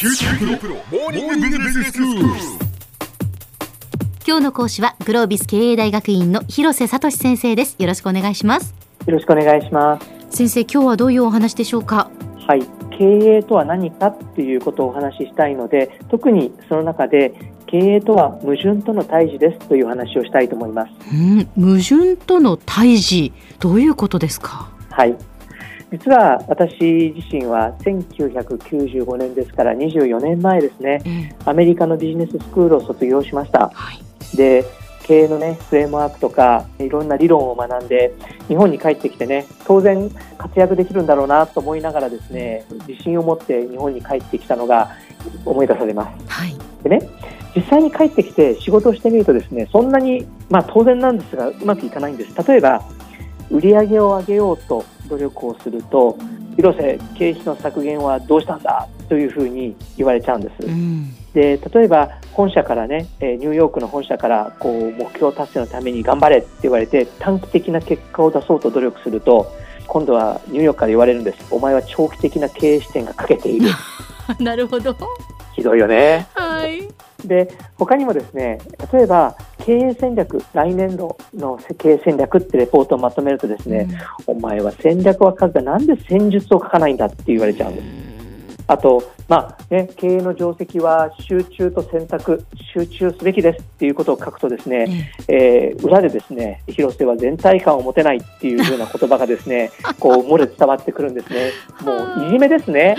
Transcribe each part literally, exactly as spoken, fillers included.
プロモーニングビジネススクール。 今日の講師はグロービス経営大学院の広瀬聡先生です。よろしくお願いします。 よろしくお願いします。 先生、今日はどういうお話でしょうか？ はい、経営とは何かっていうことをお話ししたいので、特にその中で経営とは矛盾との対峙ですという話をしたいと思います。 うん、矛盾との対峙、どういうことですか？ はい、実は私自身はせんきゅうひゃくきゅうじゅうごねんですからにじゅうよねんまえですね、えー、アメリカのビジネススクールを卒業しました。はい、で経営のねフレームワークとかいろんな理論を学んで日本に帰ってきてね、当然活躍できるんだろうなと思いながらですね、自信を持って日本に帰ってきたのが思い出されます。はい、でね、実際に帰ってきて仕事をしてみるとですね、そんなに、まあ、当然なんですがうまくいかないんです。例えば売上を上げようと努力をすると、広瀬、経費の削減はどうしたんだというふうに言われちゃうんです。うん、で例えば本社からね、ニューヨークの本社からこう目標達成のために頑張れって言われて短期的な結果を出そうと努力すると、今度はニューヨークから言われるんです。お前は長期的な経営視点が欠けている。 なるほど。 ひどいよね。 はい。 で他にもですね、例えば経営戦略、来年度の経営戦略ってレポートをまとめるとですね、うん、お前は戦略は書くがなんで戦術を書かないんだって言われちゃうんです。あと、まあね、経営の定石は集中と選択、集中すべきですっていうことを書くとですね、うんえー、裏でですね、広瀬は全体感を持てないっていうような言葉がですねこう漏れ伝わってくるんですね。もういじめですね。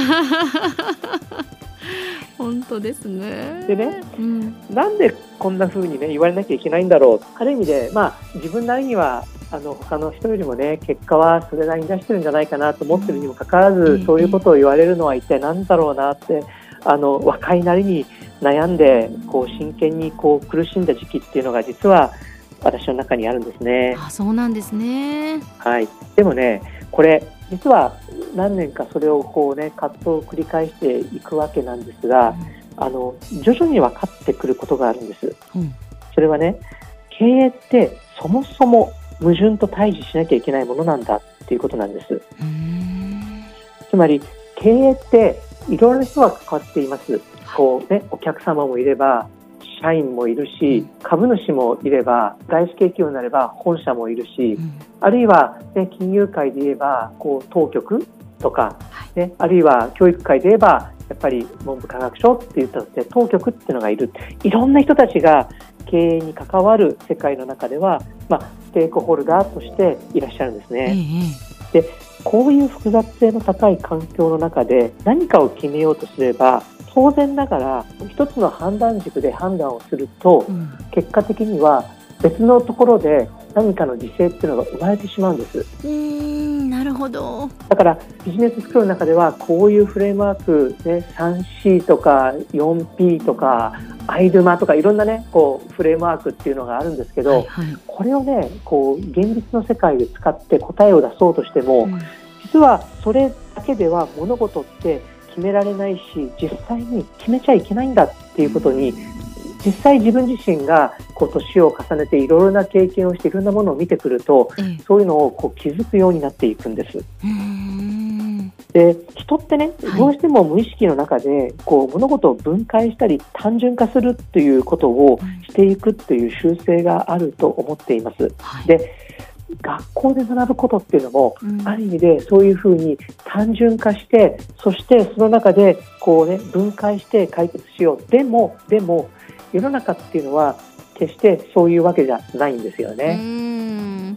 本当ですね。 でね、うん、なんでこんな風にね言われなきゃいけないんだろう。ある意味で、まあ、自分なりにはあの他の人よりもね結果はそれなりに出してるんじゃないかなと思ってるにもかかわらず、うん、そういうことを言われるのは一体何だろうなって、あの若いなりに悩んでこう真剣にこう苦しんだ時期っていうのが実は私の中にあるんですね。 あ、そうなんですね。 はい、でもねこれ実は何年かそれをこうね葛藤を繰り返していくわけなんですが、うん、あの徐々に分かってくることがあるんです。うん、それはね、経営ってそもそも矛盾と対峙しなきゃいけないものなんだっていうことなんです。うーん、つまり経営っていろいろな人が関わっています。こうね、お客様もいれば社員もいるし、株主もいれば、外資系企業になれば本社もいるし、うん、あるいは、ね、金融界で言えばこう当局とか、ね、あるいは教育界で言えばやっぱり文部科学省って言ったって当局っていうのがいる。いろんな人たちが経営に関わる世界の中では、まあ、ステークホルダーとしていらっしゃるんですね。うんうん、でこういう複雑性の高い環境の中で何かを決めようとすれば、当然ながら一つの判断軸で判断をすると、うん、結果的には別のところで何かの犠牲っていうのが生まれてしまうんです。うーん、なるほど。 だからビジネススクールの中ではこういうフレームワーク、ね、スリーシー とか フォーピー とかアイドゥマとかいろんなねこうフレームワークっていうのがあるんですけど、はいはい、これをねこう現実の世界で使って答えを出そうとしても、うん、実はそれだけでは物事って決められないし、実際に決めちゃいけないんだっていうことに、実際自分自身がこう年を重ねていろいろな経験をしていろんなものを見てくると、うん、そういうのをこう気づくようになっていくんです。うーん、で人ってね、どうしても無意識の中でこう物事を分解したり単純化するということをしていくという習性があると思っています。はい、で学校で学ぶことっていうのも、うん、ある意味でそういうふうに単純化して、そしてその中でこう、ね、分解して解決しよう。でもでも世の中っていうのは決してそういうわけじゃないんですよね。うん、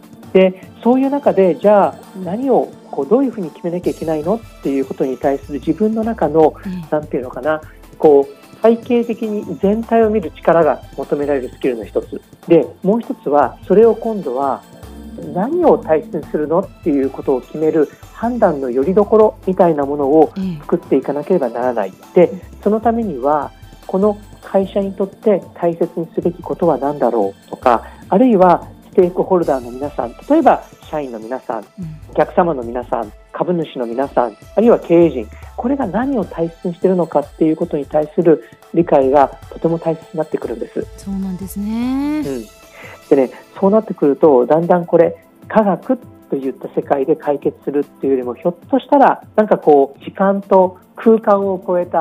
でそういう中でじゃあ何をこうどういうふうに決めなきゃいけないのっていうことに対する自分の中の、うん、なんていうのかな、こう体系的に全体を見る力が求められるスキルの一つで、もう一つはそれを今度は何を大切にするのっていうことを決める判断のよりどころみたいなものを作っていかなければならない。でそのためにはこの会社にとって大切にすべきことは何だろうとか、あるいはステークホルダーの皆さん、例えば社員の皆さん、お客様の皆さん、株主の皆さん、あるいは経営陣、これが何を大切にしているのかっていうことに対する理解がとても大切になってくるんです。 そうなんですね。 うんでね、そうなってくるとだんだんこれ科学といった世界で解決するっていうよりも、ひょっとしたらなんかこう時間と空間を超えた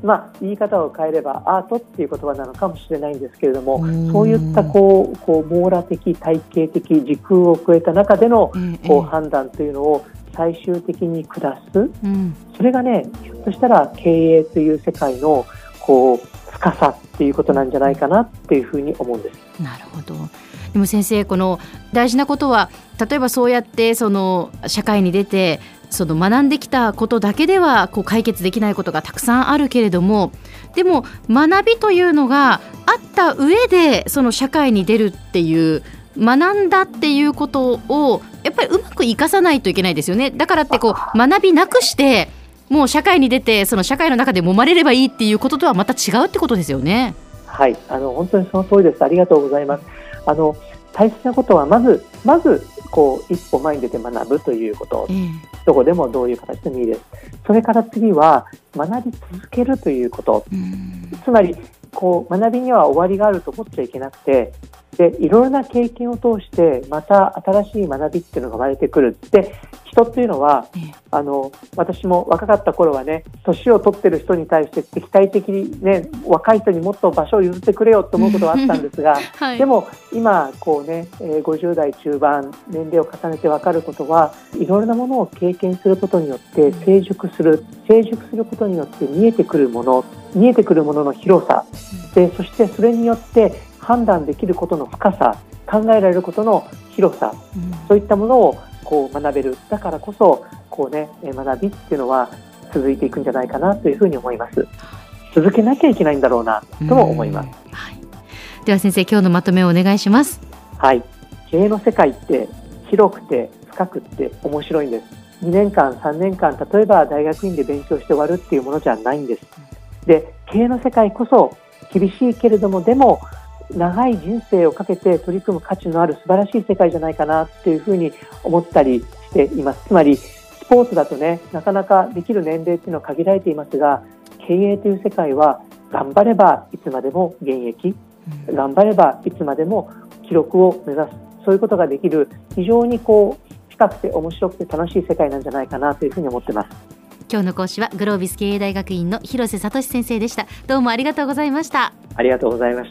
まあ、言い方を変えればアートっていう言葉なのかもしれないんですけれども、そういったこう、こう網羅的体系的時空を超えた中でのこう判断というのを最終的に下す、うん、それがね、ひょっとしたら経営という世界のこう深さっていうことなんじゃないかなっていうふうに思うんです。 なるほど。でも先生、この大事なことは、例えばそうやってその社会に出てその学んできたことだけではこう解決できないことがたくさんあるけれども、でも学びというのがあった上でその社会に出るっていう、学んだっていうことをやっぱりうまく生かさないといけないですよね。だからってこう学びなくしてもう社会に出てその社会の中で揉まれればいいっていうこととはまた違うってことですよね。 はい、あの本当にその通りです。ありがとうございます。あの大切なことはまずまずこう一歩前に出て学ぶということ、えー、どこでもどういう形でもいいです。それから次は学び続けるということ、つまりこう学びには終わりがあると思っちゃいけなくて、でいろいろな経験を通してまた新しい学びっていうのが生まれてくる。で人っていうのは、ええ、あの私も若かった頃はね、年を取ってる人に対して敵対的にね、若い人にもっと場所を譲ってくれよと思うことはあったんですが、はい、でも今こうね、ごじゅう代中盤年齢を重ねて分かることは、いろいろなものを経験することによって成熟する成熟することによって見えてくるもの見えてくるものの広さで、そしてそれによって判断できることの深さ、考えられることの広さ、うん、そういったものをこう学べる。だからこそこう、ね、学びっていうのは続いていくんじゃないかなというふうに思います。続けなきゃいけないんだろうなとも思います。 はい、では先生、今日のまとめをお願いします。 はい、経営の世界って広くて深くって面白いんです。にねんかんさんねんかん例えば大学院で勉強して終わるっていうものじゃないんです。で経営の世界こそ厳しいけれども、でも長い人生をかけて取り組む価値のある素晴らしい世界じゃないかなっていうふうに思ったりしています。つまりスポーツだとね、なかなかできる年齢っていうのは限られていますが、経営という世界は頑張ればいつまでも現役、うん、頑張ればいつまでも記録を目指す、そういうことができる非常にこう深くて面白くて楽しい世界なんじゃないかなというふうに思ってます。 今日の講師はグロービス経営大学院の広瀬聡先生でした。どうもありがとうございました。 ありがとうございました。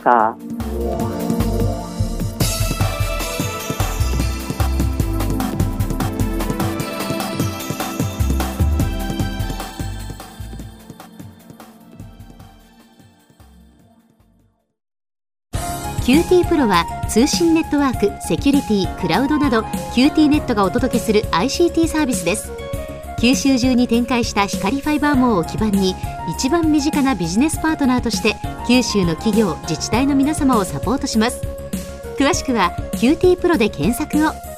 キューティー プロは通信ネットワーク、セキュリティ、クラウドなど キューティー ネットがお届けする アイシーティー サービスです。九州中に展開した光ファイバー網を基盤に、一番身近なビジネスパートナーとして九州の企業、自治体の皆様をサポートします。詳しくは キューティー プロで検索を。